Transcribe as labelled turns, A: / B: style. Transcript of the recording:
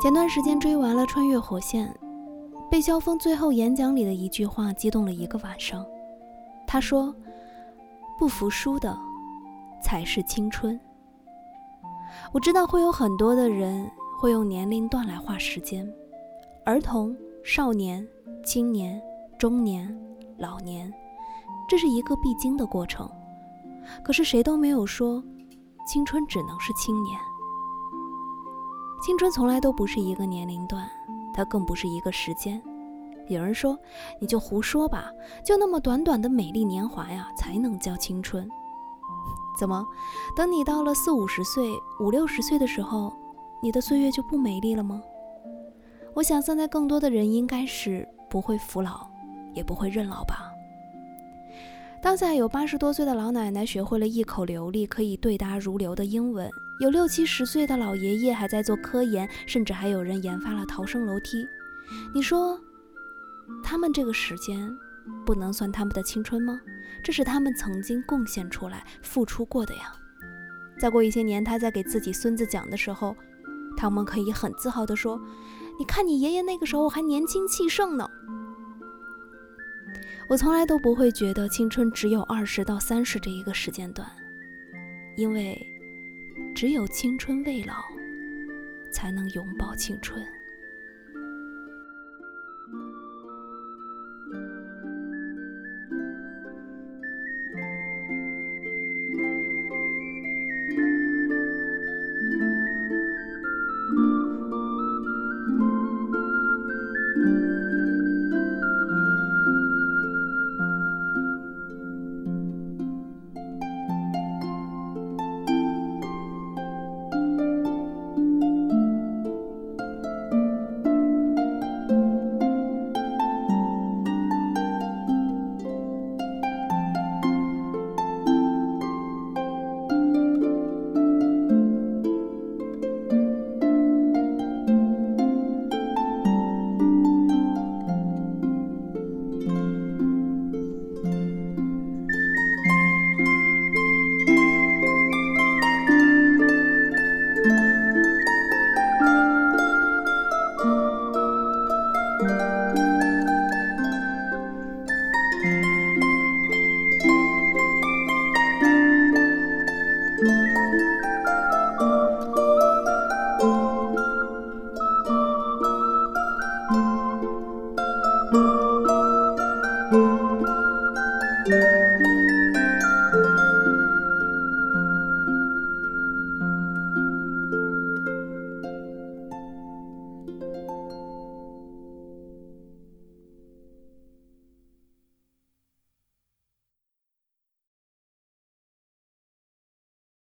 A: 前段时间追完了《穿越火线》，被萧峰最后演讲里的一句话激动了一个晚上。他说：“不服输的才是青春。”我知道会有很多的人会用年龄段来划时间，儿童、少年、青年、中年、老年，这是一个必经的过程。可是谁都没有说青春只能是青年。青春从来都不是一个年龄段，它更不是一个时间。有人说，你就胡说吧，就那么短短的美丽年华呀，才能叫青春。怎么，等你到了40-50岁、50-60岁的时候，你的岁月就不美丽了吗？我想现在更多的人应该是不会服老，也不会认老吧。当下有80多岁的老奶奶学会了一口流利可以对答如流的英文，有60-70岁的老爷爷还在做科研，甚至还有人研发了逃生楼梯。你说他们这个时间不能算他们的青春吗？这是他们曾经贡献出来付出过的呀。再过一些年，他在给自己孙子讲的时候，他们可以很自豪地说，你看你爷爷那个时候还年轻气盛呢。我从来都不会觉得青春只有20到30这一个时间段，因为只有青春未老，才能拥抱青春。